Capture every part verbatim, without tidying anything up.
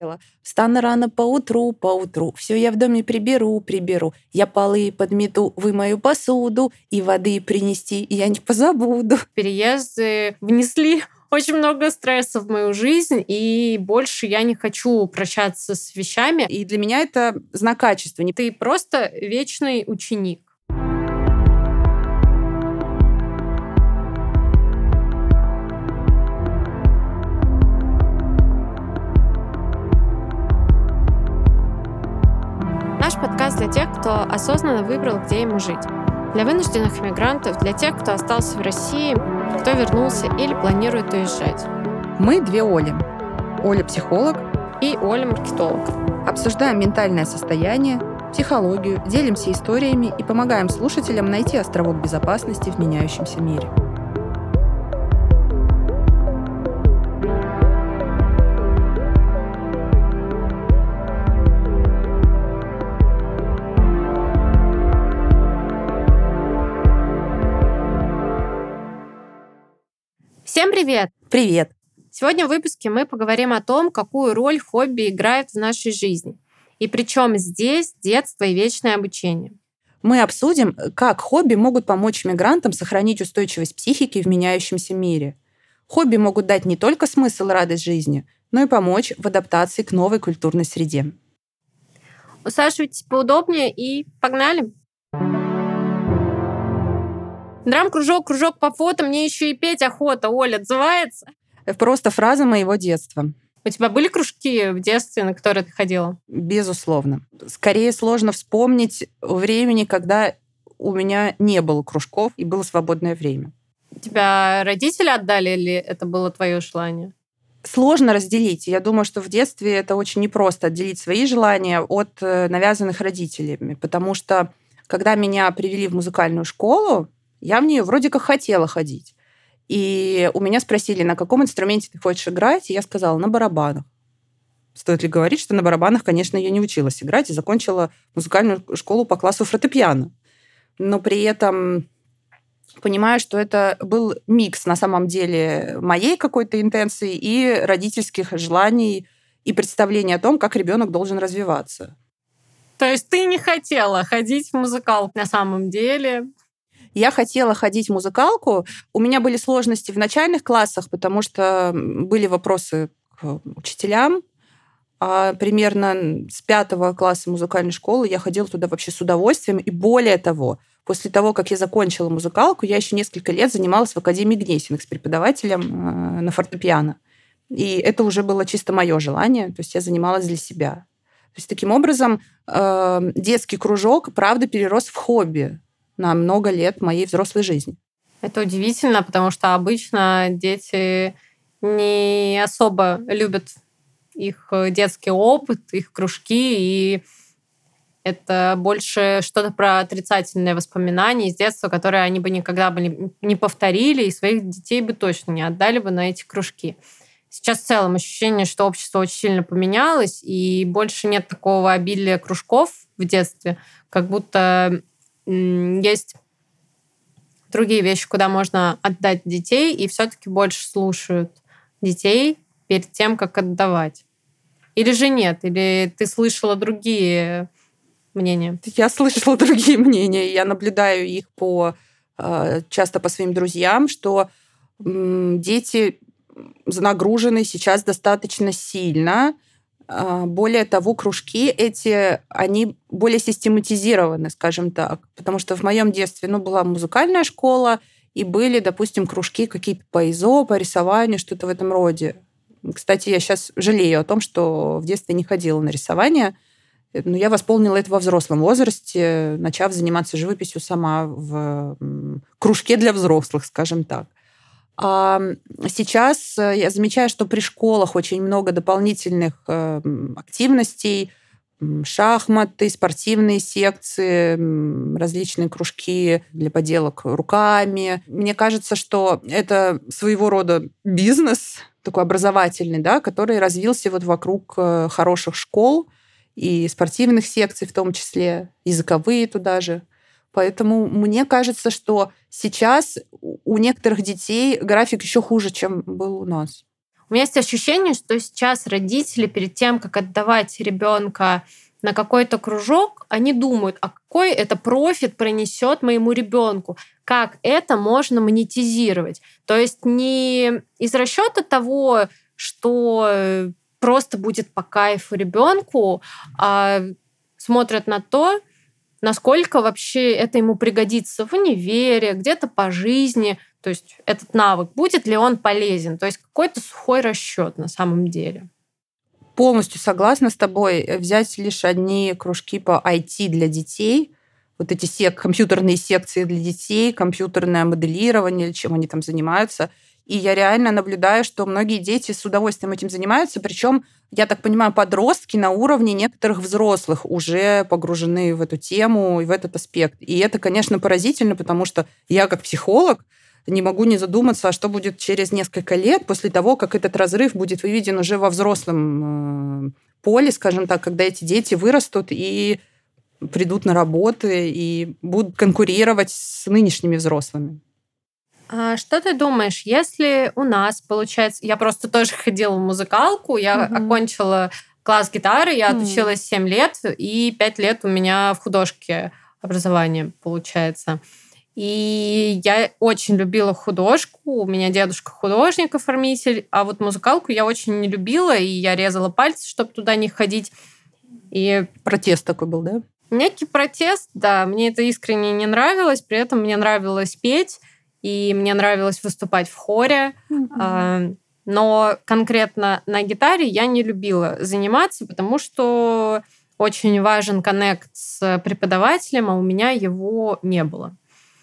Встану рано поутру, поутру, все я в доме приберу, приберу. Я полы подмету, вымою посуду, и воды принести я не позабуду. Переезды внесли очень много стресса в мою жизнь, и больше я не хочу прощаться с вещами. И для меня это знак качества. Ты просто вечный ученик. Наш подкаст для тех, кто осознанно выбрал, где ему жить. Для вынужденных иммигрантов, для тех, кто остался в России, кто вернулся или планирует уезжать. Мы две Оли. Оля – психолог. И Оля – маркетолог. Обсуждаем ментальное состояние, психологию, делимся историями и помогаем слушателям найти островок безопасности в меняющемся мире. Всем привет! Привет! Сегодня в выпуске мы поговорим о том, какую роль хобби играет в нашей жизни. И причем здесь детство и вечное обучение. Мы обсудим, как хобби могут помочь мигрантам сохранить устойчивость психики в меняющемся мире. Хобби могут дать не только смысл и радость жизни, но и помочь в адаптации к новой культурной среде. Усаживайтесь поудобнее и погнали! Драм-кружок, кружок по фото, мне еще и петь охота, Оля, отзывается? Просто фраза моего детства. У тебя были кружки в детстве, на которые ты ходила? Безусловно. Скорее сложно вспомнить времени, когда у меня не было кружков и было свободное время. Тебя родители отдали или это было твое желание? Сложно разделить. Я думаю, что в детстве это очень непросто отделить свои желания от навязанных родителями, потому что когда меня привели в музыкальную школу, я в нее вроде как хотела ходить. И у меня спросили, на каком инструменте ты хочешь играть, и я сказала, на барабанах. Стоит ли говорить, что на барабанах, конечно, я не училась играть и закончила музыкальную школу по классу фортепиано. Но при этом понимаю, что это был микс на самом деле моей какой-то интенции и родительских желаний и представлений о том, как ребенок должен развиваться. То есть ты не хотела ходить в музыкалку на самом деле? Я хотела ходить в музыкалку. У меня были сложности в начальных классах, потому что были вопросы к учителям. А примерно с пятого класса музыкальной школы я ходила туда вообще с удовольствием. И более того, после того, как я закончила музыкалку, я еще несколько лет занималась в Академии Гнесиных с преподавателем на фортепиано. И это уже было чисто мое желание. То есть я занималась для себя. То есть таким образом детский кружок, правда, перерос в хобби на много лет моей взрослой жизни. Это удивительно, потому что обычно дети не особо любят их детский опыт, их кружки, и это больше что-то про отрицательные воспоминания из детства, которые они бы никогда бы не повторили, и своих детей бы точно не отдали бы на эти кружки. Сейчас в целом ощущение, что общество очень сильно поменялось, и больше нет такого обилия кружков в детстве, как будто есть другие вещи, куда можно отдать детей, и все-таки больше слушают детей перед тем, как отдавать. Или же нет? Или ты слышала другие мнения? Я слышала другие мнения. Я наблюдаю их по, часто по своим друзьям, что дети нагружены сейчас достаточно сильно. Более того, кружки эти, они более систематизированы, скажем так. Потому что в моем детстве ну, была музыкальная школа, и были, допустим, кружки какие-то по ИЗО, по рисованию, что-то в этом роде. Кстати, я сейчас жалею о том, что в детстве не ходила на рисование, но я восполнила это во взрослом возрасте, начав заниматься живописью сама в кружке для взрослых, скажем так. А сейчас я замечаю, что при школах очень много дополнительных активностей, шахматы, спортивные секции, различные кружки для поделок руками. Мне кажется, что это своего рода бизнес такой образовательный, да, который развился вот вокруг хороших школ и спортивных секций в том числе, языковые туда же. Поэтому мне кажется, что сейчас у некоторых детей график еще хуже, чем был у нас. У меня есть ощущение, что сейчас родители перед тем, как отдавать ребенка на какой-то кружок, они думают, а какой это профит принесет моему ребенку, как это можно монетизировать. То есть не из расчета того, что просто будет по кайфу ребенку, а смотрят на то, насколько вообще это ему пригодится в универе, где-то по жизни. То есть этот навык, будет ли он полезен. То есть какой-то сухой расчет на самом деле. Полностью согласна с тобой. Взять лишь одни кружки по ай ти для детей, вот эти сек- компьютерные секции для детей, компьютерное моделирование, чем они там занимаются. И я реально наблюдаю, что многие дети с удовольствием этим занимаются, причем, я так понимаю, подростки на уровне некоторых взрослых уже погружены в эту тему и в этот аспект. И это, конечно, поразительно, потому что я как психолог не могу не задуматься, а что будет через несколько лет после того, как этот разрыв будет выведен уже во взрослом поле, скажем так, когда эти дети вырастут и придут на работы и будут конкурировать с нынешними взрослыми. А что ты думаешь, если у нас, получается... Я просто тоже ходила в музыкалку, я угу. окончила класс гитары, я угу. отучилась семь лет, и пять лет у меня в художке образование, получается. И я очень любила художку, у меня дедушка художник, оформитель, а вот музыкалку я очень не любила, и я резала пальцы, чтобы туда не ходить. И... Протест такой был, да? Некий протест, да. Мне это искренне не нравилось, при этом мне нравилось петь, и мне нравилось выступать в хоре. Mm-hmm. Но конкретно на гитаре я не любила заниматься, потому что очень важен коннект с преподавателем, а у меня его не было.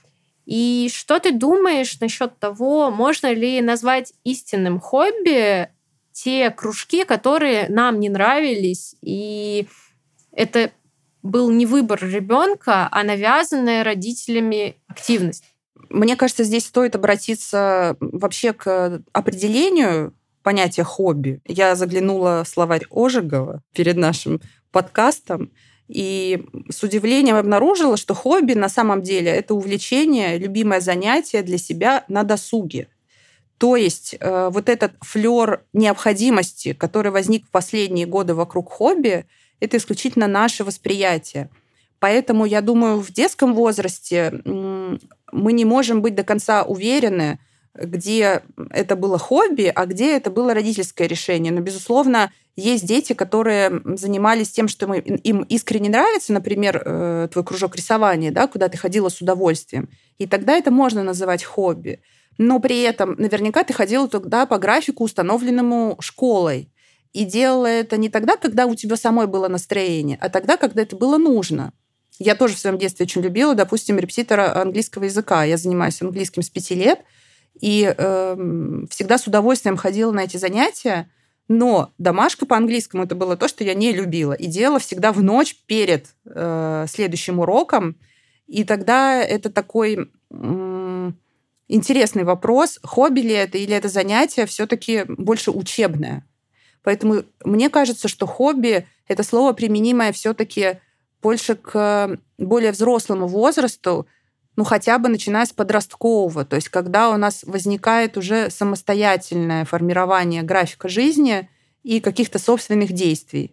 И что ты думаешь насчет того, можно ли назвать истинным хобби те кружки, которые нам не нравились, и это был не выбор ребенка, а навязанная родителями активность? Мне кажется, здесь стоит обратиться вообще к определению понятия хобби. Я заглянула в словарь Ожегова перед нашим подкастом, и с удивлением обнаружила, что хобби на самом деле это увлечение, любимое занятие для себя на досуге. То есть э, вот этот флёр необходимости, который возник в последние годы вокруг хобби, это исключительно наше восприятие. Поэтому, я думаю, в детском возрасте мы не можем быть до конца уверены, где это было хобби, а где это было родительское решение. Но, безусловно, есть дети, которые занимались тем, что им искренне нравится, например, твой кружок рисования, да, куда ты ходила с удовольствием. И тогда это можно называть хобби. Но при этом наверняка ты ходила туда по графику, установленному школой. И делала это не тогда, когда у тебя самой было настроение, а тогда, когда это было нужно. Я тоже в своем детстве очень любила, допустим, репетитора английского языка. Я занимаюсь английским с пяти лет, и э, всегда с удовольствием ходила на эти занятия, но домашка по английскому это было то, что я не любила. И делала всегда в ночь перед э, следующим уроком. И тогда это такой э, интересный вопрос, хобби ли это или это занятие все-таки больше учебное. Поэтому мне кажется, что хобби – это слово, применимое все-таки больше к более взрослому возрасту, ну, хотя бы начиная с подросткового, то есть когда у нас возникает уже самостоятельное формирование графика жизни и каких-то собственных действий.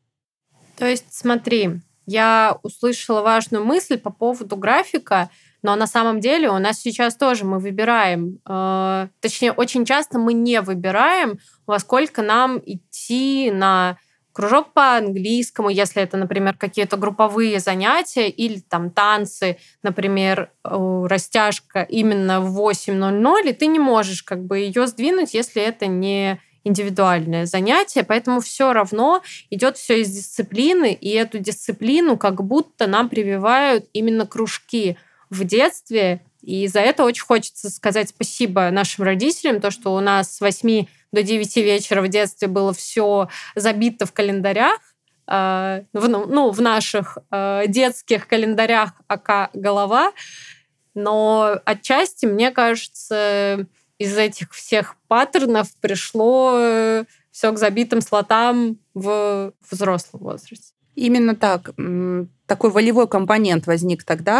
То есть, смотри, я услышала важную мысль по поводу графика, но на самом деле у нас сейчас тоже мы выбираем, э, точнее, очень часто мы не выбираем, во сколько нам идти на кружок по английскому, если это, например, какие-то групповые занятия или там танцы, например, растяжка именно в восемь ноль ноль, и ты не можешь как бы ее сдвинуть, если это не индивидуальное занятие, поэтому все равно идет все из дисциплины, и эту дисциплину как будто нам прививают именно кружки в детстве, и за это очень хочется сказать спасибо нашим родителям, то, что у нас с восьми до девяти вечера в детстве было все забито в календарях, э, в, ну, в наших э, детских календарях АК «Голова». Но отчасти, мне кажется, из этих всех паттернов пришло все к забитым слотам в взрослом возрасте. Именно так. Такой волевой компонент возник тогда.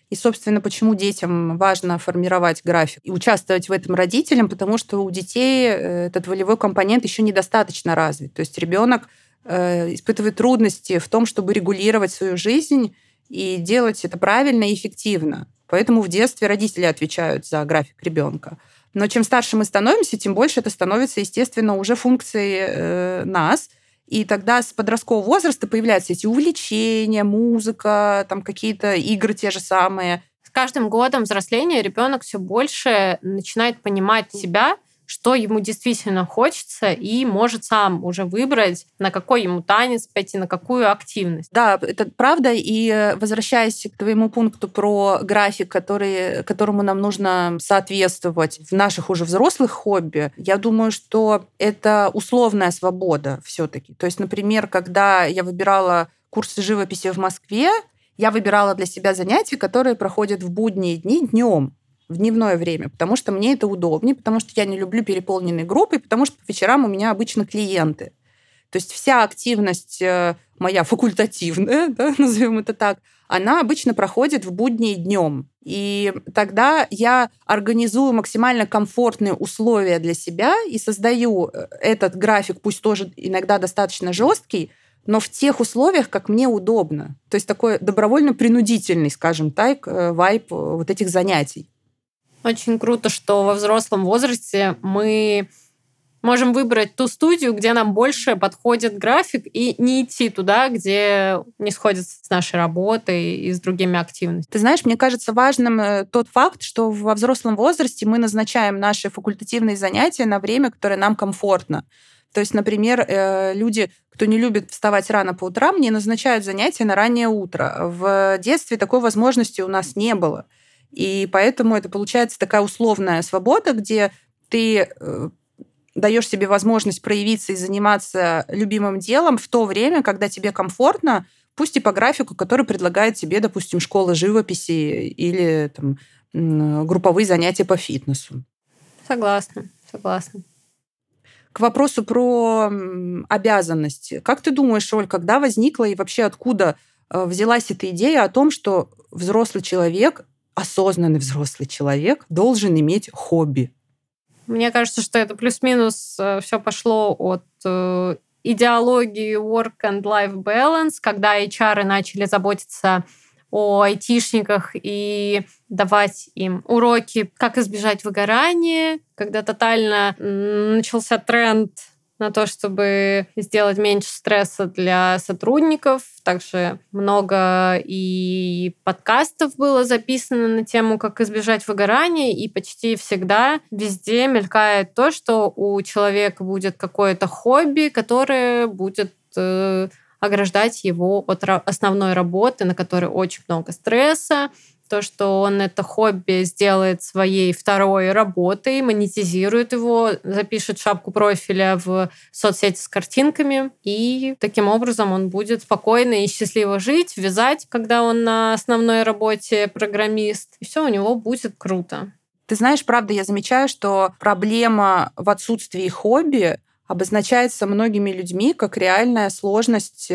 И, собственно, почему детям важно формировать график и участвовать в этом родителям, потому что у детей этот волевой компонент еще недостаточно развит. То есть ребенок испытывает трудности в том, чтобы регулировать свою жизнь и делать это правильно и эффективно. Поэтому в детстве родители отвечают за график ребенка. Но чем старше мы становимся, тем больше это становится, естественно, уже функцией э, нас. И тогда с подросткового возраста появляются эти увлечения, музыка, там какие-то игры те же самые. С каждым годом взросления ребенок все больше начинает понимать себя, что ему действительно хочется, и может сам уже выбрать, на какой ему танец пойти, на какую активность. Да, это правда. И возвращаясь к твоему пункту про график, который, которому нам нужно соответствовать в наших уже взрослых хобби, я думаю, что это условная свобода все-таки. То есть, например, когда я выбирала курсы живописи в Москве, я выбирала для себя занятия, которые проходят в будние дни днем, в дневное время, потому что мне это удобнее, потому что я не люблю переполненные группы, потому что по вечерам у меня обычно клиенты. То есть вся активность моя факультативная, да, назовем это так, она обычно проходит в будние днем. И тогда я организую максимально комфортные условия для себя и создаю этот график, пусть тоже иногда достаточно жесткий, но в тех условиях, как мне удобно. То есть такой добровольно-принудительный, скажем так, вайб вот этих занятий. Очень круто, что во взрослом возрасте мы можем выбрать ту студию, где нам больше подходит график, и не идти туда, где не сходится с нашей работой и с другими активностями. Ты знаешь, мне кажется важным тот факт, что во взрослом возрасте мы назначаем наши факультативные занятия на время, которое нам комфортно. То есть, например, люди, кто не любит вставать рано по утрам, не назначают занятия на раннее утро. В детстве такой возможности у нас не было. И поэтому это получается такая условная свобода, где ты даешь себе возможность проявиться и заниматься любимым делом в то время, когда тебе комфортно, пусть и по графику, который предлагает тебе, допустим, школа живописи или там, групповые занятия по фитнесу. Согласна, согласна. К вопросу про обязанности. Как ты думаешь, Оль, когда возникла и вообще откуда взялась эта идея о том, что взрослый человек, осознанный взрослый человек должен иметь хобби? Мне кажется, что это плюс-минус все пошло от идеологии work and life balance, когда эйч ар начали заботиться о айтишниках и давать им уроки, как избежать выгорания, когда тотально начался тренд на то, чтобы сделать меньше стресса для сотрудников. Также много и подкастов было записано на тему, как избежать выгорания, и почти всегда везде мелькает то, что у человека будет какое-то хобби, которое будет э, ограждать его от основной работы, на которой очень много стресса. То, что он это хобби сделает своей второй работой, монетизирует его, запишет шапку профиля в соцсети с картинками, и таким образом он будет спокойно и счастливо жить, вязать, когда он на основной работе программист, и все у него будет круто. Ты знаешь, правда, я замечаю, что проблема в отсутствии хобби обозначается многими людьми как реальная сложность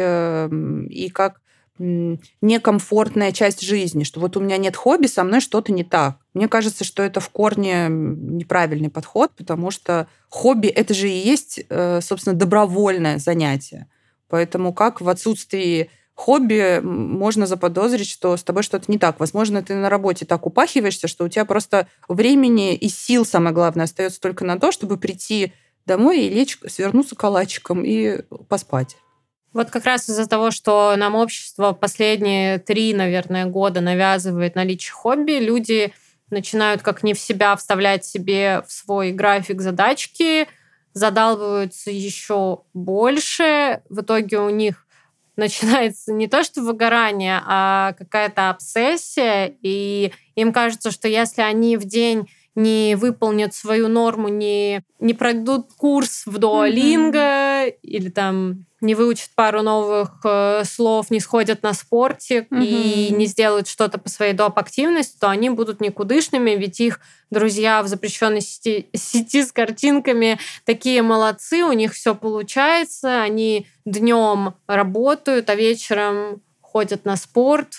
и как некомфортная часть жизни, что вот у меня нет хобби, со мной что-то не так. Мне кажется, что это в корне неправильный подход, потому что хобби — это же и есть, собственно, добровольное занятие. Поэтому как в отсутствии хобби можно заподозрить, что с тобой что-то не так? Возможно, ты на работе так упахиваешься, что у тебя просто времени и сил, самое главное, остается только на то, чтобы прийти домой и лечь, свернуться калачиком и поспать. Вот как раз из-за того, что нам общество последние три, наверное, года навязывает наличие хобби, люди начинают как не в себя вставлять себе в свой график задачки, задалбываются еще больше. В итоге у них начинается не то что выгорание, а какая-то обсессия, и им кажется, что если они в день не выполнят свою норму, не, не пройдут курс в Duolingo mm-hmm. или там не выучат пару новых э, слов, не сходят на спортик mm-hmm. и не сделают что-то по своей доп. Активности, то они будут никудышными, ведь их друзья в запрещенной сети, сети с картинками такие молодцы, у них все получается, они днем работают, а вечером ходят на спорт,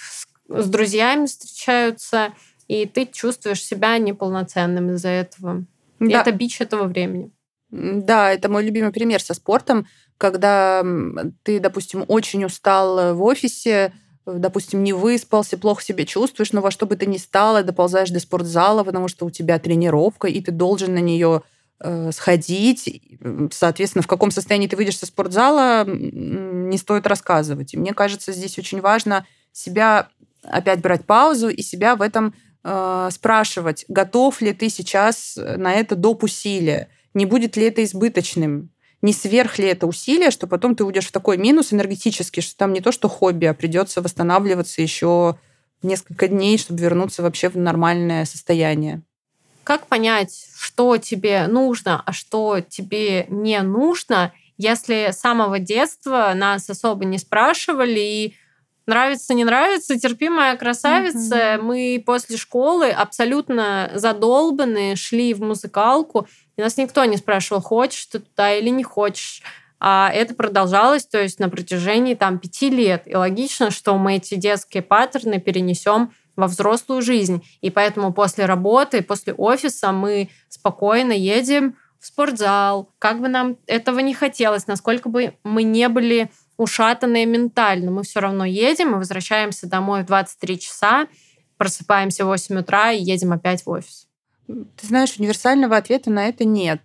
с друзьями встречаются, и ты чувствуешь себя неполноценным из-за этого. И Да. это бич этого времени. Да, это мой любимый пример со спортом, когда ты, допустим, очень устал в офисе, допустим, не выспался, плохо себя чувствуешь, но во что бы ты ни стало, доползаешь до спортзала, потому что у тебя тренировка, и ты должен на нее э, сходить. Соответственно, в каком состоянии ты выйдешь со спортзала, не стоит рассказывать. И мне кажется, здесь очень важно себя опять брать паузу и себя в этом э, спрашивать, готов ли ты сейчас на это доп. Усилия, не будет ли это избыточным, не сверх ли это усилие, что потом ты уйдешь в такой минус энергетический, что там не то что хобби, а придется восстанавливаться еще несколько дней, чтобы вернуться вообще в нормальное состояние. Как понять, что тебе нужно, а что тебе не нужно, если с самого детства нас особо не спрашивали, и нравится, не нравится, терпимая красавица, mm-hmm. мы после школы абсолютно задолбанные шли в музыкалку, и нас никто не спрашивал, хочешь ты туда или не хочешь. А это продолжалось, то есть на протяжении там, пяти лет. И логично, что мы эти детские паттерны перенесем во взрослую жизнь. И поэтому после работы, после офиса мы спокойно едем в спортзал, как бы нам этого не хотелось, насколько бы мы не были ушатанные ментально, мы все равно едем и возвращаемся домой в двадцать три часа, просыпаемся в восемь утра и едем опять в офис. Ты знаешь, универсального ответа на это нет.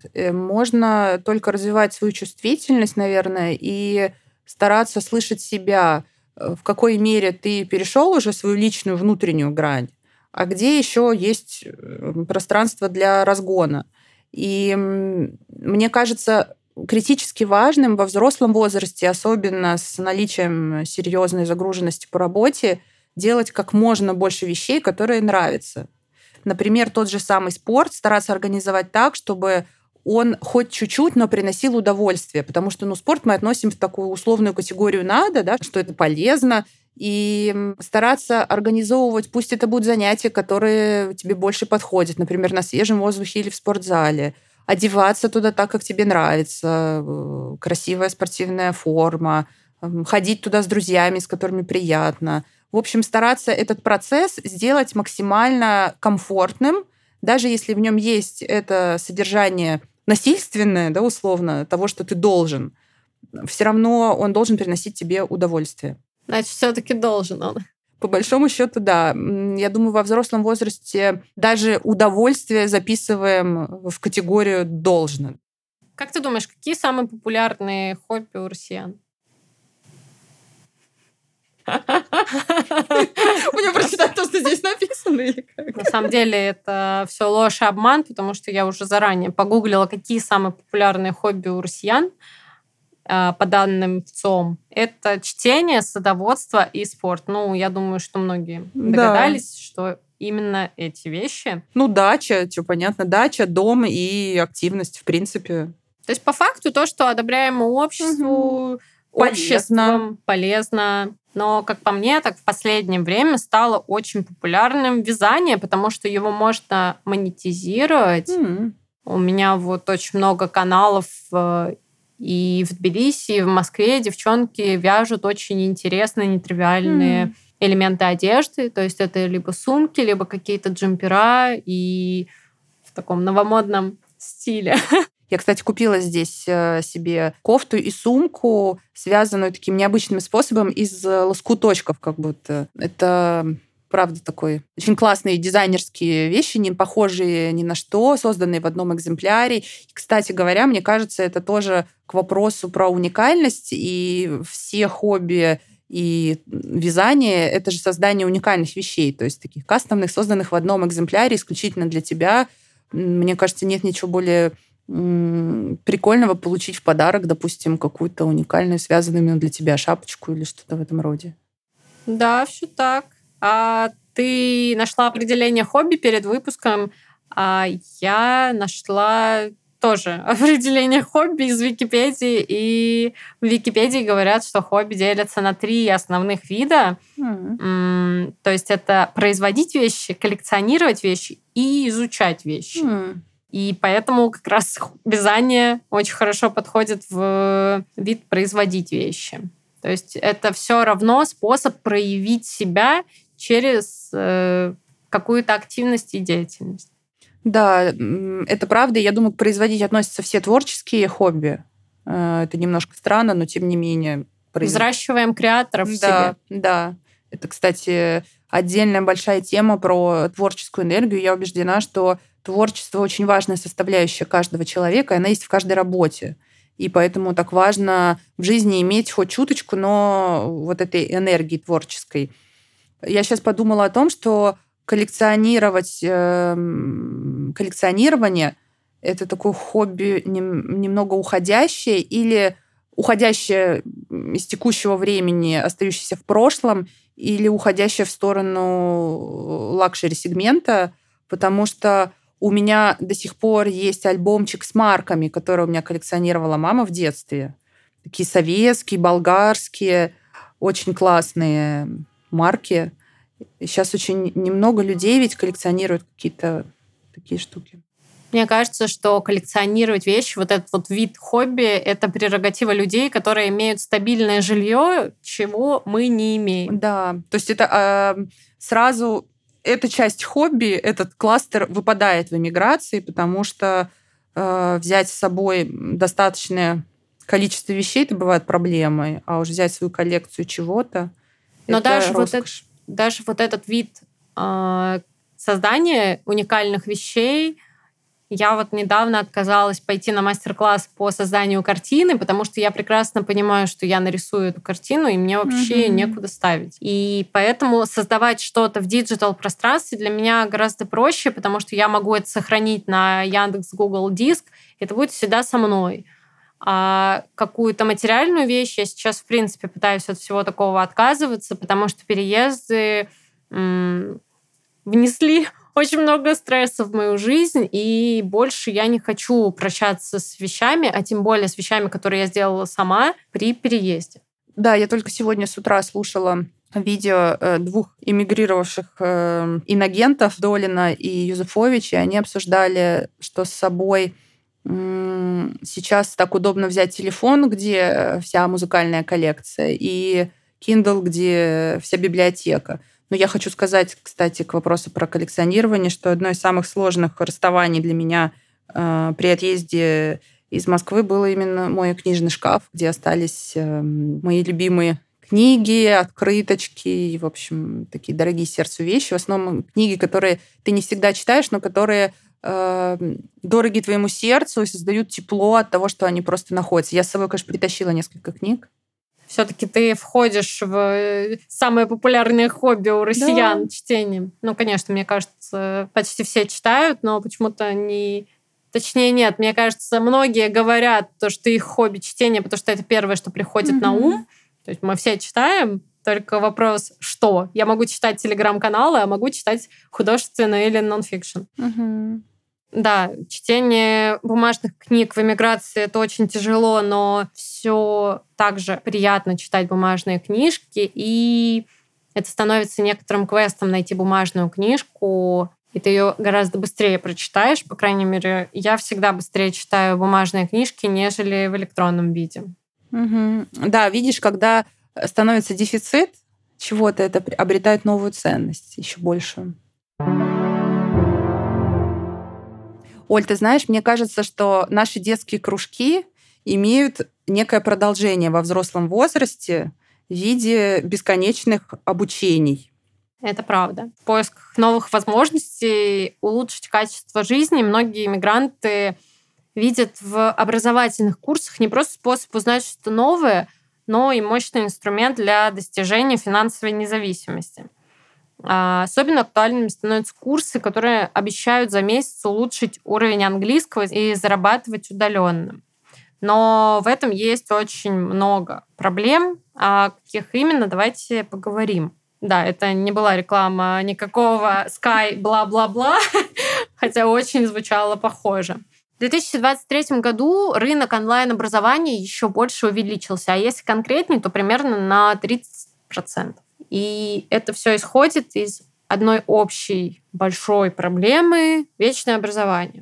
Можно только развивать свою чувствительность, наверное, и стараться слышать себя, в какой мере ты перешел уже свою личную внутреннюю грань, а где еще есть пространство для разгона. И мне кажется, критически важным во взрослом возрасте, особенно с наличием серьезной загруженности по работе, делать как можно больше вещей, которые нравятся. Например, тот же самый спорт стараться организовать так, чтобы он хоть чуть-чуть, но приносил удовольствие, потому что ну, спорт мы относим в такую условную категорию «надо», да, что это полезно, и стараться организовывать, пусть это будут занятия, которые тебе больше подходят, например, на свежем воздухе или в спортзале, одеваться туда так, как тебе нравится, красивая спортивная форма, ходить туда с друзьями, с которыми приятно. В общем, стараться этот процесс сделать максимально комфортным, даже если в нем есть это содержание насильственное, да, условно, того, что ты должен, все равно он должен приносить тебе удовольствие. Значит, все-таки должен он. По большому счету, да. Я думаю, во взрослом возрасте даже удовольствие записываем в категорию «должно». Как ты думаешь, какие самые популярные хобби у россиян? Мне прочитать то, что здесь написано, или как? На самом деле это все ложь и обман, потому что я уже заранее погуглила, какие самые популярные хобби у россиян по данным ВЦИОМ. Это чтение, садоводство и спорт. Ну, я думаю, что многие догадались, да. что именно эти вещи. Ну, дача, что понятно, дача, дом и активность, в принципе. То есть, по факту, то, что одобряемо обществу, угу. обществом, полезно. Но, как по мне, так в последнее время стало очень популярным вязание, потому что его можно монетизировать. Mm. У меня вот очень много каналов и в Тбилиси, и в Москве девчонки вяжут очень интересные, нетривиальные mm. элементы одежды. То есть это либо сумки, либо какие-то джемпера и в таком новомодном стиле. Я, кстати, купила здесь себе кофту и сумку, связанную таким необычным способом из лоскуточков, как будто. Это, правда, такой очень классные дизайнерские вещи, не похожие ни на что, созданные в одном экземпляре. И, кстати говоря, мне кажется, это тоже к вопросу про уникальность, и все хобби и вязание — это же создание уникальных вещей, то есть таких кастомных, созданных в одном экземпляре исключительно для тебя. Мне кажется, нет ничего более прикольного получить в подарок, допустим, какую-то уникальную, связанную именно для тебя шапочку или что-то в этом роде. Да, все так. А ты нашла определение хобби перед выпуском, а я нашла тоже определение хобби из Википедии, и в Википедии говорят, что хобби делятся на три основных вида. Mm. То есть это производить вещи, коллекционировать вещи и изучать вещи. Mm. И поэтому как раз вязание очень хорошо подходит в вид производить вещи. То есть это все равно способ проявить себя через э, какую-то активность и деятельность. Да, это правда. Я думаю, к производить относятся все творческие хобби. Это немножко странно, но тем не менее. Произ... Взращиваем креаторов да, в себе. Да, это, кстати, отдельная большая тема про творческую энергию. Я убеждена, что творчество очень важная составляющая каждого человека, и она есть в каждой работе. И поэтому так важно в жизни иметь хоть чуточку, но вот этой энергии творческой. Я сейчас подумала о том, что коллекционировать, коллекционирование – это такое хобби немного уходящее или уходящее из текущего времени, остающееся в прошлом, или уходящее в сторону лакшери-сегмента, потому что у меня до сих пор есть альбомчик с марками, которые у меня коллекционировала мама в детстве. Такие советские, болгарские, очень классные марки. Сейчас очень немного людей ведь коллекционируют какие-то такие штуки. Мне кажется, что коллекционировать вещи, вот этот вот вид хобби, это прерогатива людей, которые имеют стабильное жилье, чего мы не имеем. Да, то есть это э, сразу эта часть хобби, этот кластер выпадает в эмиграции, потому что э, взять с собой достаточное количество вещей это бывает проблемой, а уж взять свою коллекцию чего-то. Но это даже вот, это, роскошь. даже вот этот вид э, создания уникальных вещей. Я вот недавно отказалась пойти на мастер-класс по созданию картины, потому что я прекрасно понимаю, что я нарисую эту картину, и мне вообще mm-hmm. некуда ставить. И поэтому создавать что-то в диджитал-пространстве для меня гораздо проще, потому что я могу это сохранить на Яндекс, Google Диск, это будет всегда со мной. А какую-то материальную вещь я сейчас, в принципе, пытаюсь от всего такого отказываться, потому что переезды м- внесли очень много стресса в мою жизнь, и больше я не хочу прощаться с вещами, а тем более с вещами, которые я сделала сама при переезде. Да, я только сегодня с утра слушала видео двух эмигрировавших инагентов, Долина и Юзефович, и они обсуждали, что с собой сейчас так удобно взять телефон, где вся музыкальная коллекция, и Kindle, где вся библиотека. Но я хочу сказать, кстати, к вопросу про коллекционирование, что одно из самых сложных расставаний для меня э, при отъезде из Москвы был именно мой книжный шкаф, где остались э, мои любимые книги, открыточки, и, в общем, такие дорогие сердцу вещи. В основном книги, которые ты не всегда читаешь, но которые э, дороги твоему сердцу и создают тепло от того, что они просто находятся. Я с собой, конечно, притащила несколько книг. Все-таки ты входишь в самое популярное хобби у россиян, да. Чтение. Ну, конечно, мне кажется, почти все читают, но почему-то не... Точнее, нет, мне кажется, многие говорят, то, что их хобби чтение, потому что это первое, что приходит mm-hmm. на ум. То есть мы все читаем, только вопрос, что? Я могу читать телеграм-каналы, а могу читать художественное или нон-фикшн. Mm-hmm. Да, чтение бумажных книг в эмиграции — это очень тяжело, но все также приятно читать бумажные книжки, и это становится некоторым квестом найти бумажную книжку, и ты ее гораздо быстрее прочитаешь. По крайней мере, я всегда быстрее читаю бумажные книжки, нежели в электронном виде. Угу. Да, видишь, когда становится дефицит чего-то, это обретает новую ценность еще больше. Оль, ты знаешь, мне кажется, что наши детские кружки имеют некое продолжение во взрослом возрасте в виде бесконечных обучений. Это правда. В поисках новых возможностей улучшить качество жизни многие иммигранты видят в образовательных курсах не просто способ узнать что-то новое, но и мощный инструмент для достижения финансовой независимости. Особенно актуальными становятся курсы, которые обещают за месяц улучшить уровень английского и зарабатывать удаленно. Но в этом есть очень много проблем. О каких именно, давайте поговорим. Да, это не была реклама никакого Sky бла-бла-бла, хотя очень звучало похоже. В две тысячи двадцать третьем году рынок онлайн-образования еще больше увеличился, а если конкретнее, то примерно на тридцать процентов. И это все исходит из одной общей большой проблемы — вечное образование.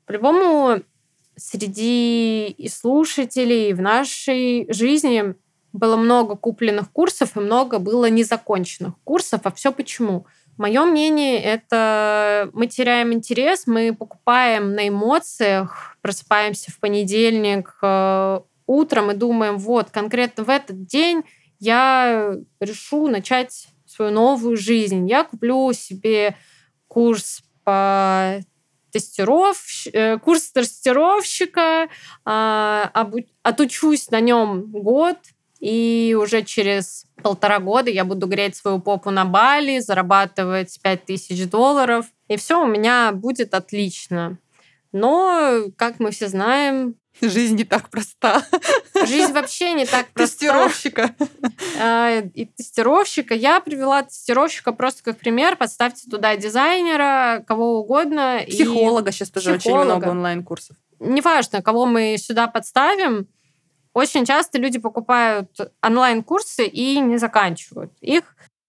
По-любому, среди и слушателей в нашей жизни было много купленных курсов и много было незаконченных курсов. А все почему? Мое мнение, это мы теряем интерес, мы покупаем на эмоциях, просыпаемся в понедельник э, утром и думаем, вот, конкретно в этот день я решу начать свою новую жизнь. Я куплю себе курс по тестиров, курс тестировщика, отучусь на нем год, и уже через полтора года я буду греть свою попу на Бали, зарабатывать пять тысяч долларов, и все у меня будет отлично. Но, как мы все знаем... Жизнь не так проста. Жизнь вообще не так проста. Тестировщика. И тестировщика. Я привела тестировщика просто как пример. Подставьте туда дизайнера, кого угодно. Психолога. И... Сейчас тоже психолога. Очень много онлайн-курсов. Неважно, кого мы сюда подставим. Очень часто люди покупают онлайн-курсы и не заканчивают их.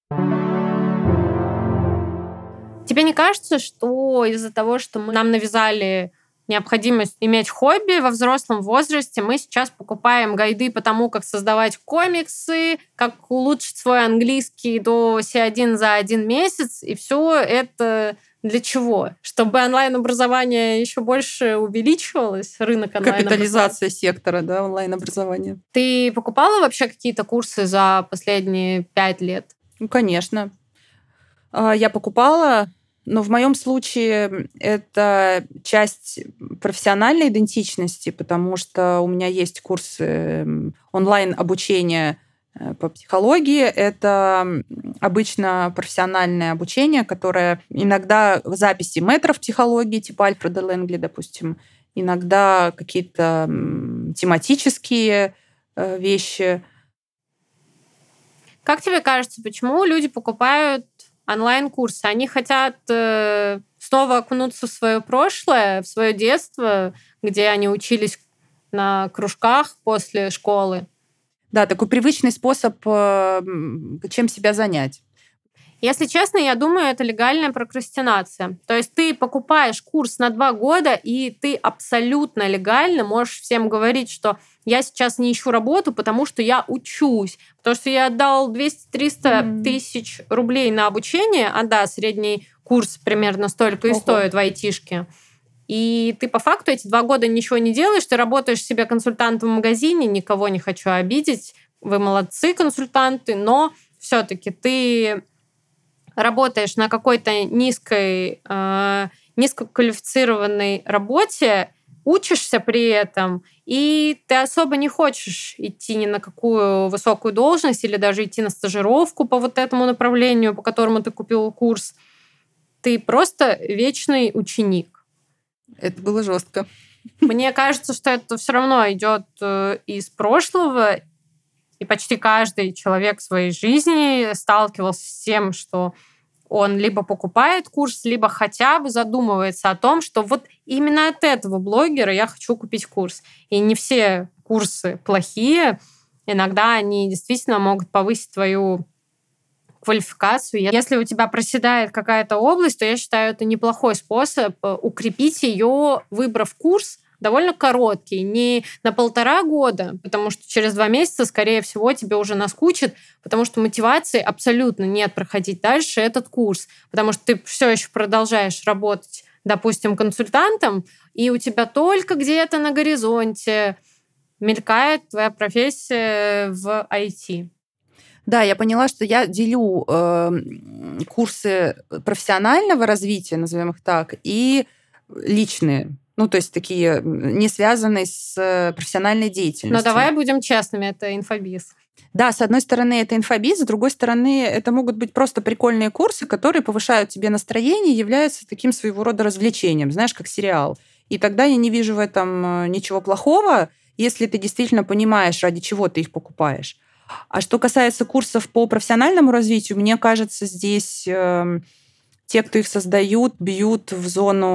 Тебе не кажется, что из-за того, что мы, нам навязали необходимость иметь хобби во взрослом возрасте, мы сейчас покупаем гайды по тому, как создавать комиксы, как улучшить свой английский до си один за один месяц, и все это для чего? Чтобы онлайн-образование еще больше увеличивалось, рынок онлайн-образования? Капитализация сектора, да, онлайн-образования. Ты покупала вообще какие-то курсы за последние пять лет? Ну, конечно. Я покупала, но в моем случае это часть профессиональной идентичности, потому что у меня есть курсы онлайн-обучения по психологии. Это обычно профессиональное обучение, которое иногда записи мэтров психологии, типа Альфреда Лэнгли, допустим, иногда какие-то тематические вещи. Как тебе кажется, почему люди покупают онлайн-курсы? Они хотят э, снова окунуться в свое прошлое, в свое детство, где они учились на кружках после школы. Да, такой привычный способ, э, чем себя занять. Если честно, я думаю, это легальная прокрастинация. То есть ты покупаешь курс на два года, и ты абсолютно легально можешь всем говорить, что я сейчас не ищу работу, потому что я учусь. Потому что я отдал двести-триста mm-hmm. тысяч рублей на обучение, а да, средний курс примерно столько и uh-huh. стоит в айтишке. И ты по факту эти два года ничего не делаешь, ты работаешь себе консультантом в магазине, никого не хочу обидеть, вы молодцы, консультанты, но все-таки ты работаешь на какой-то низкой, э, низкоквалифицированной работе, учишься при этом, и ты особо не хочешь идти ни на какую высокую должность или даже идти на стажировку по вот этому направлению, по которому ты купил курс. Ты просто вечный ученик. Это было жестко. Мне кажется, что это все равно идет из прошлого, и почти каждый человек в своей жизни сталкивался с тем, что он либо покупает курс, либо хотя бы задумывается о том, что вот именно от этого блогера я хочу купить курс. И не все курсы плохие. Иногда они действительно могут повысить твою квалификацию. Если у тебя проседает какая-то область, то я считаю, это неплохой способ укрепить ее, выбрав курс довольно короткий, не на полтора года, потому что через два месяца, скорее всего, тебе уже наскучит, потому что мотивации абсолютно нет проходить дальше этот курс, потому что ты все еще продолжаешь работать, допустим, консультантом, и у тебя только где-то на горизонте мелькает твоя профессия в ай ти. Да, я поняла, что я делю э, курсы профессионального развития, назовем их так, и личные. Ну, то есть такие, не связанные с профессиональной деятельностью. Но давай будем честными, это инфобиз. Да, с одной стороны, это инфобиз, с другой стороны, это могут быть просто прикольные курсы, которые повышают тебе настроение, являются таким своего рода развлечением, знаешь, как сериал. И тогда я не вижу в этом ничего плохого, если ты действительно понимаешь, ради чего ты их покупаешь. А что касается курсов по профессиональному развитию, мне кажется, здесь э, те, кто их создают, бьют в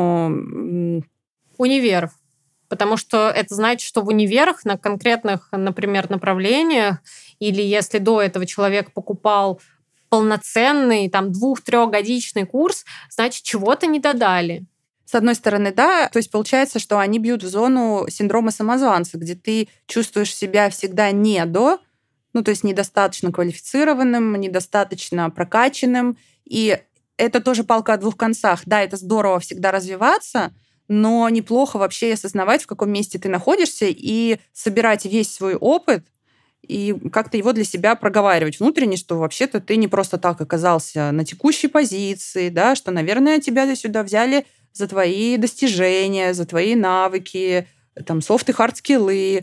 зону универов. Потому что это значит, что в универах на конкретных, например, направлениях, или если до этого человек покупал полноценный там двух-трехгодичный курс, значит, чего-то не додали. С одной стороны, да, то есть получается, что они бьют в зону синдрома самозванца, где ты чувствуешь себя всегда не до, ну, то есть недостаточно квалифицированным, недостаточно прокачанным. И это тоже палка о двух концах. Да, это здорово всегда развиваться, но неплохо вообще осознавать, в каком месте ты находишься, и собирать весь свой опыт, и как-то его для себя проговаривать внутренне, что вообще-то ты не просто так оказался на текущей позиции, да, что, наверное, тебя сюда взяли за твои достижения, за твои навыки, там, софт и хард-скиллы.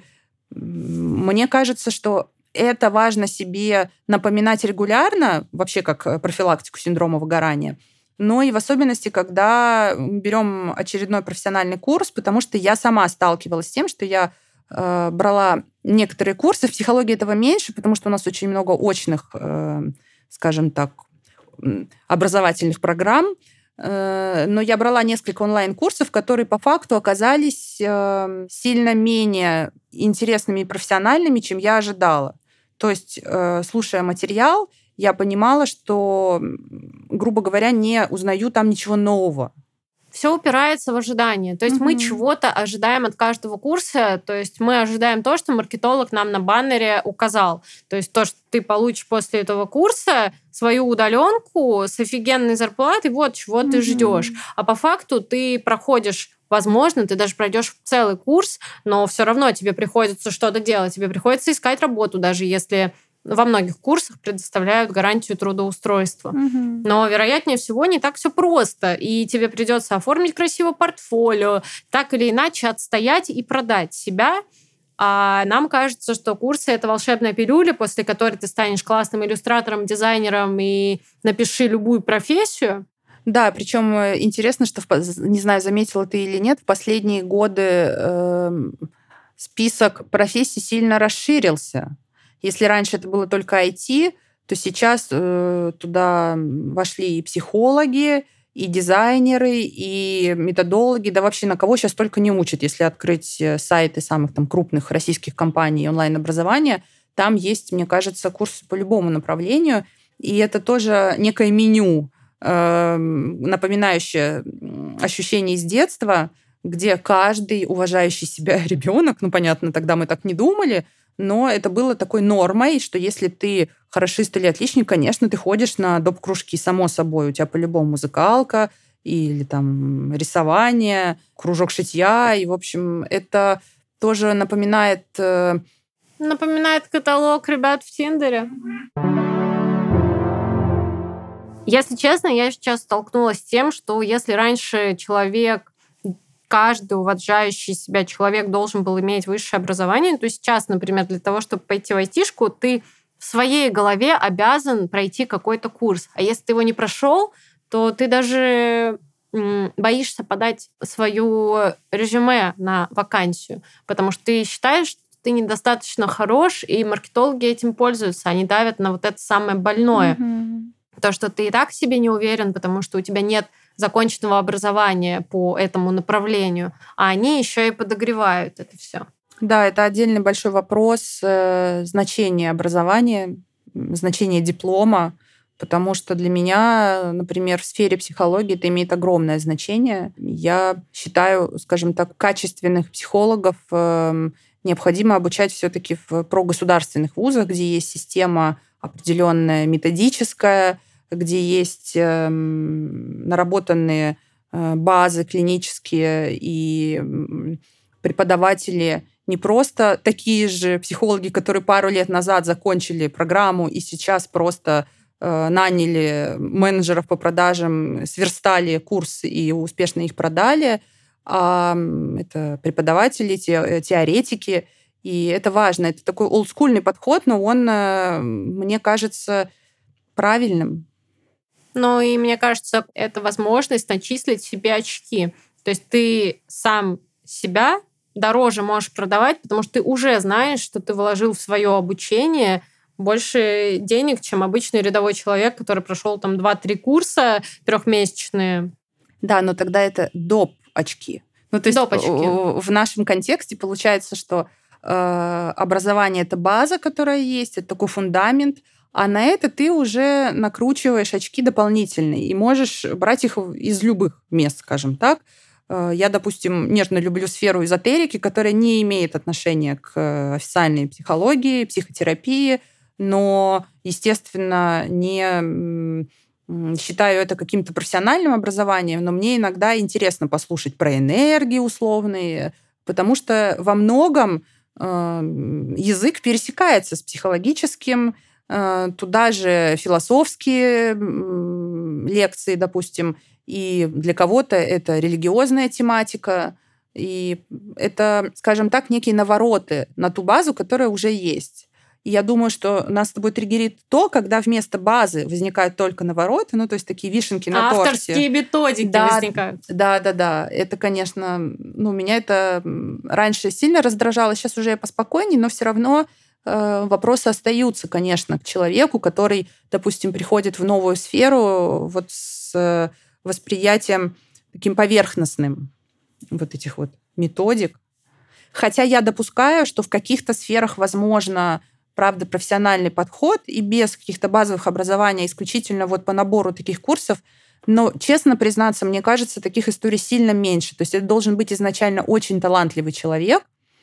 Мне кажется, что это важно себе напоминать регулярно, вообще как профилактику синдрома выгорания, но и в особенности, когда берем очередной профессиональный курс, потому что я сама сталкивалась с тем, что я э, брала некоторые курсы, в психологии этого меньше, потому что у нас очень много очных, э, скажем так, образовательных программ, э, но я брала несколько онлайн-курсов, которые по факту оказались э, сильно менее интересными и профессиональными, чем я ожидала. То есть, э, слушая материал, я понимала, что, грубо говоря, не узнаю там ничего нового. Все упирается в ожидание. То есть mm-hmm. мы чего-то ожидаем от каждого курса. То есть мы ожидаем то, что маркетолог нам на баннере указал. То есть то, что ты получишь после этого курса свою удаленку с офигенной зарплатой, вот чего mm-hmm. ты ждешь. А по факту ты проходишь, возможно, ты даже пройдешь целый курс, но все равно тебе приходится что-то делать. Тебе приходится искать работу, даже если во многих курсах предоставляют гарантию трудоустройства. Mm-hmm. Но, вероятнее всего, не так все просто. И тебе придется оформить красивое портфолио, так или иначе отстоять и продать себя. А нам кажется, что курсы — это волшебная пилюля, после которой ты станешь классным иллюстратором, дизайнером и напиши любую профессию. Да, причем интересно, что, не знаю, заметила ты или нет, в последние годы э, список профессий сильно расширился. Если раньше это было только ай ти, то сейчас э, туда вошли и психологи, и дизайнеры, и методологи, да вообще на кого сейчас только не учат. Если открыть сайты самых там крупных российских компаний онлайн-образования, там есть, мне кажется, курсы по любому направлению, и это тоже некое меню, э, напоминающее ощущение из детства, где каждый уважающий себя ребенок, ну понятно, тогда мы так не думали, но это было такой нормой, что если ты хорошист или отличник, конечно, ты ходишь на доп-кружки, само собой. У тебя по-любому музыкалка или там рисование, кружок шитья. И, в общем, это тоже напоминает... Напоминает каталог ребят в Тиндере. Если честно, я сейчас столкнулась с тем, что если раньше человек... каждый уважающий себя человек должен был иметь высшее образование, то сейчас, например, для того, чтобы пойти в айтишку, ты в своей голове обязан пройти какой-то курс. А если ты его не прошел, то ты даже боишься подать свое резюме на вакансию, потому что ты считаешь, что ты недостаточно хорош, и маркетологи этим пользуются. Они давят на вот это самое больное. Mm-hmm. То, что ты и так в себе не уверен, потому что у тебя нет законченного образования по этому направлению, а они еще и подогревают это все. Да, это отдельный большой вопрос э, значения образования, значения диплома, потому что для меня, например, в сфере психологии это имеет огромное значение. Я считаю, скажем так, качественных психологов э, необходимо обучать все-таки в прогосударственных вузах, где есть система определенная методическая, где есть э, наработанные э, базы клинические и э, преподаватели не просто такие же психологи, которые пару лет назад закончили программу и сейчас просто э, наняли менеджеров по продажам, сверстали курс и успешно их продали, а это преподаватели, те, теоретики, и это важно. Это такой олдскульный подход, но он, э, мне кажется, правильным. Ну и мне кажется, это возможность начислить себе очки. То есть ты сам себя дороже можешь продавать, потому что ты уже знаешь, что ты вложил в свое обучение больше денег, чем обычный рядовой человек, который прошел там два-три курса трехмесячные. Да, но тогда это доп. Очки. Ну, то есть доп. Очки. В нашем контексте получается, что э, образование — это база, которая есть, это такой фундамент, а на это ты уже накручиваешь очки дополнительные и можешь брать их из любых мест, скажем так. Я, допустим, нежно люблю сферу эзотерики, которая не имеет отношения к официальной психологии, психотерапии. но, естественно, не считаю это каким-то профессиональным образованием, но мне иногда интересно послушать про энергии условные, потому что во многом язык пересекается с психологическим, туда же философские лекции, допустим, и для кого-то это религиозная тематика, и это, скажем так, некие навороты на ту базу, которая уже есть. И я думаю, что нас с тобой триггерит то, когда вместо базы возникают только навороты, ну, то есть такие вишенки на торте. Авторские методики да, возникают. Да, да, да. Это, конечно, ну, меня это раньше сильно раздражало, сейчас уже я поспокойнее, но все равно э, вопросы остаются, конечно, к человеку, который, допустим, приходит в новую сферу вот с восприятием таким поверхностным вот этих вот методик. Хотя я допускаю, что в каких-то сферах возможно, правда, профессиональный подход и без каких-то базовых образований, исключительно вот по набору таких курсов. Но, честно признаться, мне кажется, таких историй сильно меньше. То есть это должен быть изначально очень талантливый человек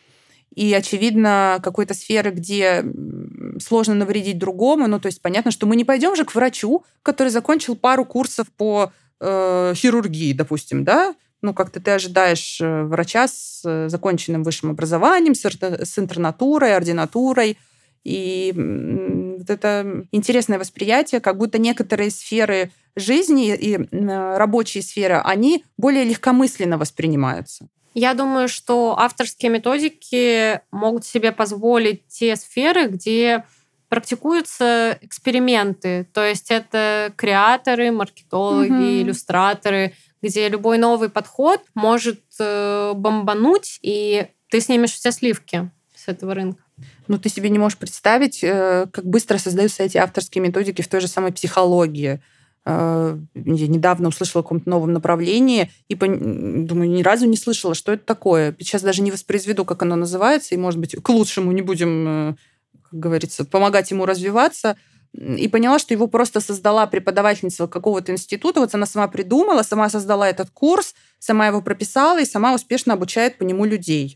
и, очевидно, какой-то сферы, где сложно навредить другому. Ну, то есть понятно, что мы не пойдем же к врачу, который закончил пару курсов по э, хирургии, допустим, да? Ну, как-то ты ожидаешь врача с законченным высшим образованием, с интернатурой, ординатурой. И вот это интересное восприятие, как будто некоторые сферы жизни и рабочие сферы, они более легкомысленно воспринимаются. Я думаю, что авторские методики могут себе позволить те сферы, где практикуются эксперименты. То есть это креаторы, маркетологи, mm-hmm. иллюстраторы, где любой новый подход может э, бомбануть, и ты снимешь все сливки с этого рынка. Ну, ты себе не можешь представить, э, как быстро создаются эти авторские методики в той же самой психологии. Э, я недавно услышала о каком-то новом направлении и пон... думаю, ни разу не слышала, что это такое. Сейчас даже не воспроизведу, как оно называется, и, может быть, к лучшему не будем, э, как говорится, помогать ему развиваться. И поняла, что его просто создала преподавательница какого-то института. Вот она сама придумала, сама создала этот курс, сама его прописала и сама успешно обучает по нему людей.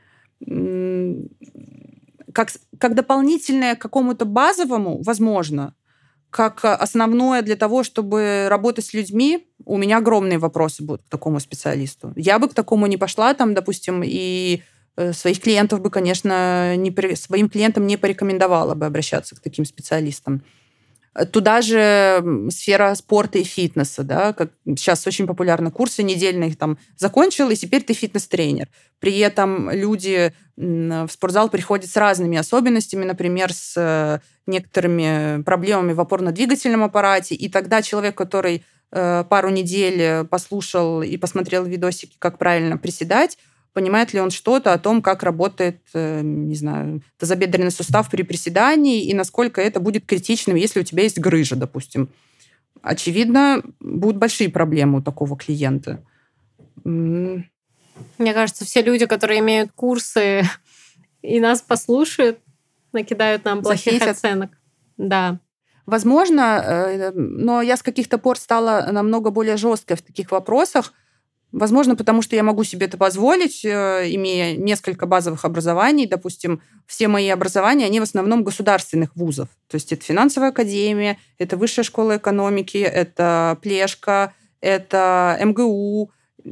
Как, как дополнительное к какому-то базовому, возможно, как основное для того, чтобы работать с людьми, у меня огромные вопросы будут к такому специалисту. Я бы к такому не пошла, там, допустим, и своих клиентов бы, конечно, не, своим клиентам не порекомендовала бы обращаться к таким специалистам. Туда же сфера спорта и фитнеса, да, как сейчас очень популярны курсы недельные, там, закончил, и теперь ты фитнес-тренер. При этом люди в спортзал приходят с разными особенностями, например, с некоторыми проблемами в опорно-двигательном аппарате, и тогда человек, который пару недель послушал и посмотрел видосики, как правильно приседать, понимает ли он что-то о том, как работает, не знаю, тазобедренный сустав при приседании и насколько это будет критичным, если у тебя есть грыжа, допустим. Очевидно, будут большие проблемы у такого клиента. Мне кажется, все люди, которые имеют курсы и нас послушают, накидают нам плохих Захитят. оценок. Да. Возможно, но я с каких-то пор стала намного более жесткой в таких вопросах. Возможно, потому что я могу себе это позволить, имея несколько базовых образований. Допустим, все мои образования, они в основном государственных вузов. То есть это финансовая академия, это высшая школа экономики, это Плешка, это эм гэ у,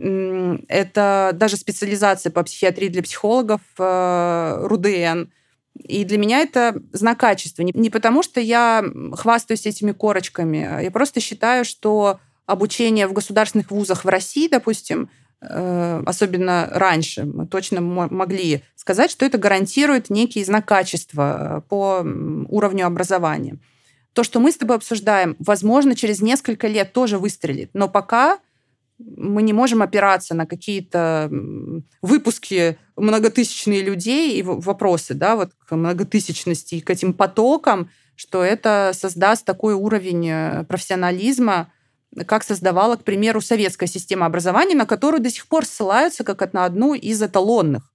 это даже специализация по психиатрии для психологов эр у дэ эн. И для меня это знак качества. Не потому, что я хвастаюсь этими корочками, я просто считаю, что обучение в государственных вузах в России, допустим, особенно раньше, мы точно могли сказать, что это гарантирует некий знак качества по уровню образования. То, что мы с тобой обсуждаем, возможно, через несколько лет тоже выстрелит, но пока мы не можем опираться на какие-то выпуски многотысячные людей и вопросы, да, вот к многотысячности и к этим потокам, что это создаст такой уровень профессионализма, как создавала, к примеру, советская система образования, на которую до сих пор ссылаются как на одну из эталонных.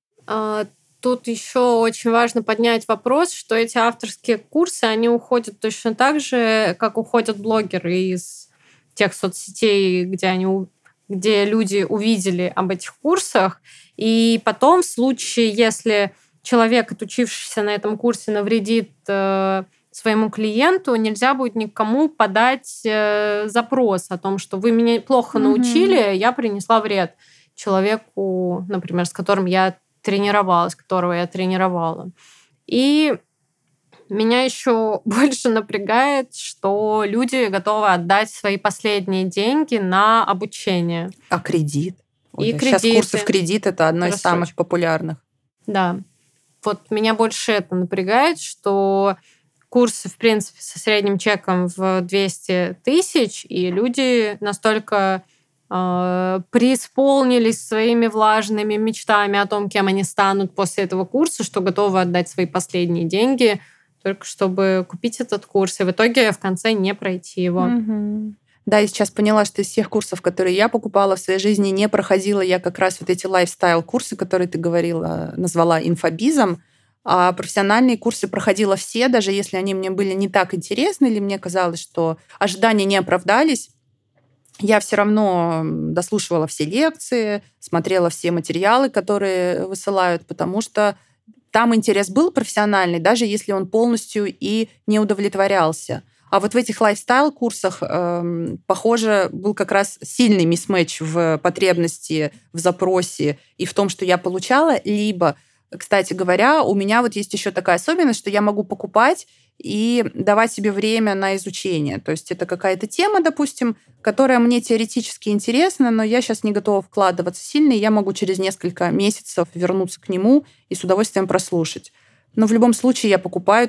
Тут еще очень важно поднять вопрос, что эти авторские курсы, они уходят точно так же, как уходят блогеры из тех соцсетей, где, они, где люди увидели об этих курсах. И потом, в случае, если человек, отучившийся на этом курсе, навредит э, своему клиенту, нельзя будет никому подать э, запрос о том, что вы меня плохо научили, mm-hmm. я принесла вред человеку, например, с которым я тренировалась, которого я тренировала. И меня еще больше напрягает, что люди готовы отдать свои последние деньги на обучение. А кредит? И Ой, кредиты. Сейчас курсы в кредит – это одно из самых популярных. Да. Вот меня больше это напрягает, что курсы, в принципе, со средним чеком в двести тысяч, и люди настолько э, преисполнились своими влажными мечтами о том, кем они станут после этого курса, что готовы отдать свои последние деньги только чтобы купить этот курс, и в итоге в конце не пройти его. Mm-hmm. Да, я сейчас поняла, что из всех курсов, которые я покупала в своей жизни, не проходила я как раз вот эти лайфстайл-курсы, которые ты говорила, назвала инфобизом, а профессиональные курсы проходила все, даже если они мне были не так интересны, или мне казалось, что ожидания не оправдались, я все равно дослушивала все лекции, смотрела все материалы, которые высылают, потому что там интерес был профессиональный, даже если он полностью и не удовлетворялся. А вот в этих лайфстайл-курсах, э, похоже, был как раз сильный мисс-мэтч в потребности, в запросе и в том, что я получала. Либо, кстати говоря, у меня вот есть еще такая особенность, что я могу покупать и давать себе время на изучение. То есть это какая-то тема, допустим, которая мне теоретически интересна, но я сейчас не готова вкладываться сильно, и я могу через несколько месяцев вернуться к нему и с удовольствием прослушать. Но в любом случае я покупаю,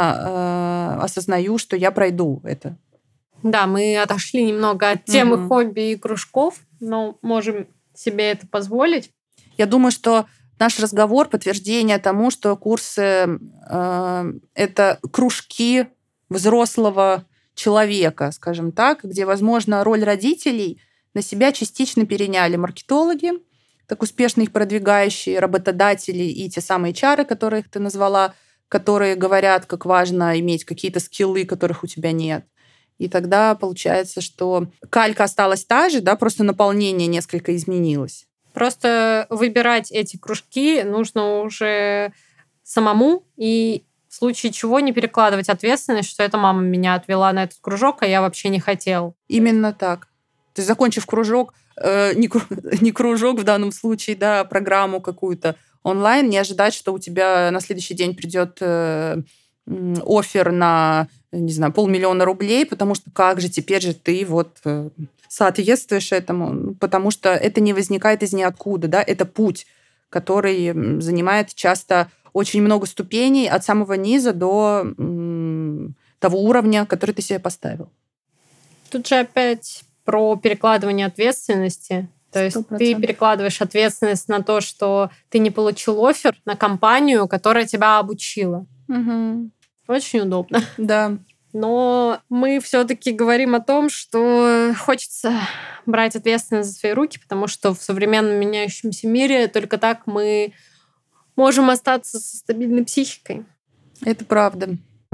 точно э, осознаю, что я пройду это. Да, мы отошли немного от темы угу. хобби и кружков, но можем себе это позволить. Я думаю, что наш разговор — подтверждение тому, что курсы э, — это кружки взрослого человека, скажем так, где, возможно, роль родителей на себя частично переняли маркетологи, так успешно их продвигающие, работодатели и те самые эйч ар, которых ты назвала, которые говорят, как важно иметь какие-то скиллы, которых у тебя нет. И тогда получается, что калька осталась та же, да, просто наполнение несколько изменилось. Просто выбирать эти кружки нужно уже самому, и в случае чего не перекладывать ответственность, что это мама меня отвела на этот кружок, а я вообще не хотел. Именно так. То есть, закончив кружок, э, не, не кружок в данном случае, да, а программу какую-то онлайн, не ожидать, что у тебя на следующий день придет э, оффер на, не знаю, полмиллиона рублей, потому что как же теперь же ты вот э, соответствуешь этому, потому что это не возникает из ниоткуда, да, это путь, который занимает часто очень много ступеней от самого низа до м, того уровня, который ты себе поставил. Тут же опять про перекладывание ответственности. То есть сто процентов. Ты перекладываешь ответственность на то, что ты не получил оффер, на компанию, которая тебя обучила. Угу. Очень удобно. Да. Но мы все-таки говорим о том, что хочется брать ответственность за свои руки, потому что в современном меняющемся мире только так мы можем остаться со стабильной психикой. Это правда.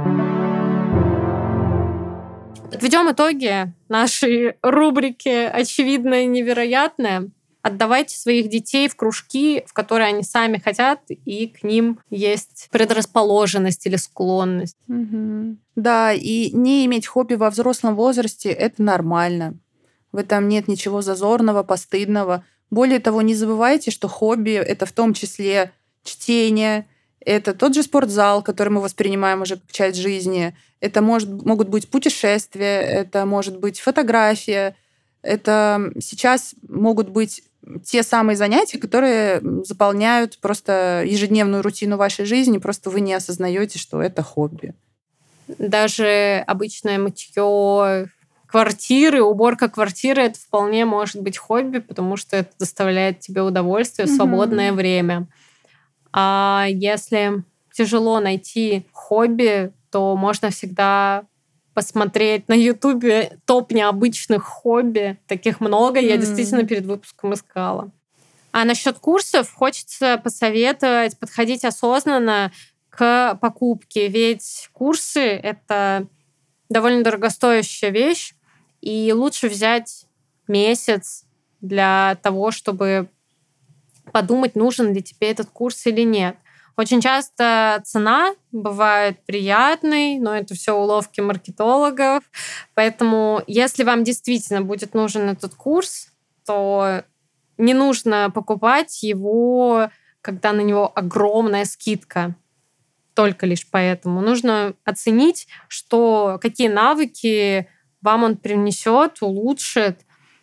Подведем итоги нашей рубрики «Очевидное и невероятное». Отдавайте своих детей в кружки, в которые они сами хотят, и к ним есть предрасположенность или склонность. Угу. Да, и не иметь хобби во взрослом возрасте – это нормально. В этом нет ничего зазорного, постыдного. Более того, не забывайте, что хобби – это в том числе чтение, это тот же спортзал, который мы воспринимаем уже как часть жизни. Это может, могут быть путешествия, это может быть фотография. Это сейчас могут быть те самые занятия, которые заполняют просто ежедневную рутину вашей жизни, просто вы не осознаете, что это хобби. Даже обычное мытье квартиры, уборка квартиры — это вполне может быть хобби, потому что это доставляет тебе удовольствие в свободное mm-hmm. время. А если тяжело найти хобби, то можно всегда посмотреть на Ютубе топ необычных хобби. Таких много, mm-hmm. я действительно перед выпуском искала. А насчет курсов хочется посоветовать подходить осознанно к покупке, ведь курсы — это довольно дорогостоящая вещь, и лучше взять месяц для того, чтобы подумать, нужен ли тебе этот курс или нет. Очень часто цена бывает приятной, но это все уловки маркетологов. Поэтому если вам действительно будет нужен этот курс, то не нужно покупать его, когда на него огромная скидка. Только лишь поэтому. Нужно оценить, что, какие навыки вам он принесет, улучшит,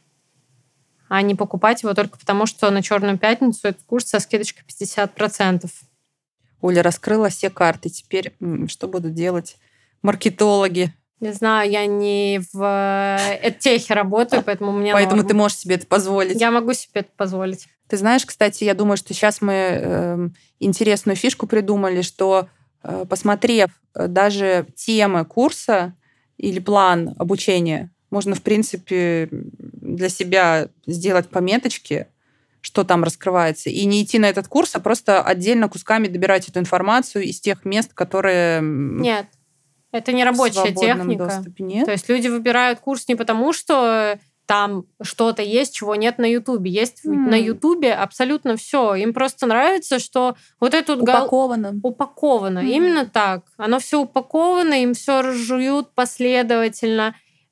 а не покупать его только потому, что на Черную пятницу этот курс со скидочкой пятьдесят процентов. Оля раскрыла все карты. Теперь что будут делать маркетологи? Не знаю, я не в эдтехе работаю, поэтому мне Поэтому норм. ты можешь себе это позволить. Я могу себе это позволить. Ты знаешь, кстати, я думаю, что сейчас мы э, интересную фишку придумали, что э, посмотрев даже темы курса или план обучения, можно, в принципе, для себя сделать пометочки, что там раскрывается, и не идти на этот курс, а просто отдельно кусками добирать эту информацию из тех мест, которые... Нет, это не рабочая техника. Доступе. Нет? То есть люди выбирают курс не потому, что там что-то есть, чего нет на Ютубе. Есть mm. на Ютубе абсолютно все. Им просто нравится, что вот это вот упаковано. Гол... Упаковано. Mm. Именно так. Оно все упаковано, им все разжуют последовательно.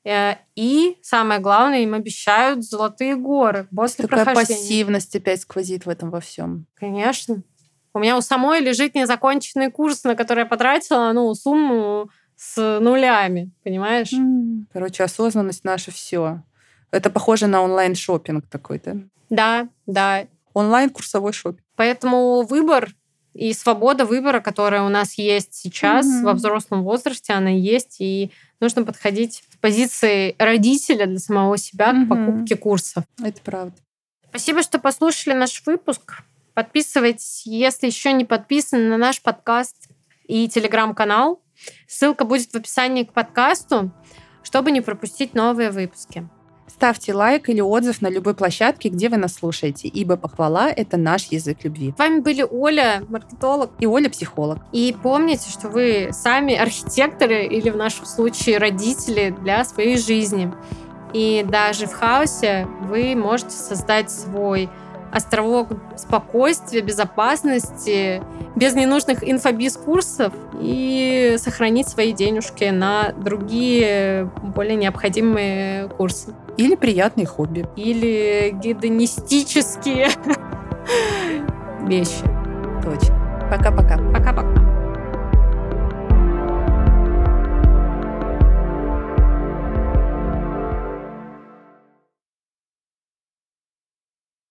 И самое главное, им обещают золотые горы после Такая прохождения. Пассивность опять сквозит в этом во всем. Конечно. У меня у самой лежит незаконченный курс, на который я потратила ну, сумму с нулями, понимаешь? Mm. Короче, осознанность наша все. Это похоже на онлайн-шоппинг такой-то. Да, да. Онлайн-курсовой шоппинг. Поэтому выбор и свобода выбора, которая у нас есть сейчас mm-hmm. во взрослом возрасте, она есть, и нужно подходить с позиции родителя для самого себя mm-hmm. к покупке курсов. Это правда. Спасибо, что послушали наш выпуск. Подписывайтесь, если еще не подписаны, на наш подкаст и телеграм-канал. Ссылка будет в описании к подкасту, чтобы не пропустить новые выпуски. Ставьте лайк или отзыв на любой площадке, где вы нас слушаете, ибо похвала — это наш язык любви. С вами были Оля, маркетолог. И Оля, психолог. И помните, что вы сами архитекторы или в нашем случае родители для своей жизни. И даже в хаосе вы можете создать свой островок спокойствия, безопасности, без ненужных инфобиз-курсов и сохранить свои денежки на другие, более необходимые курсы. Или приятные хобби. Или гедонистические вещи. Точно. Пока-пока. Пока-пока.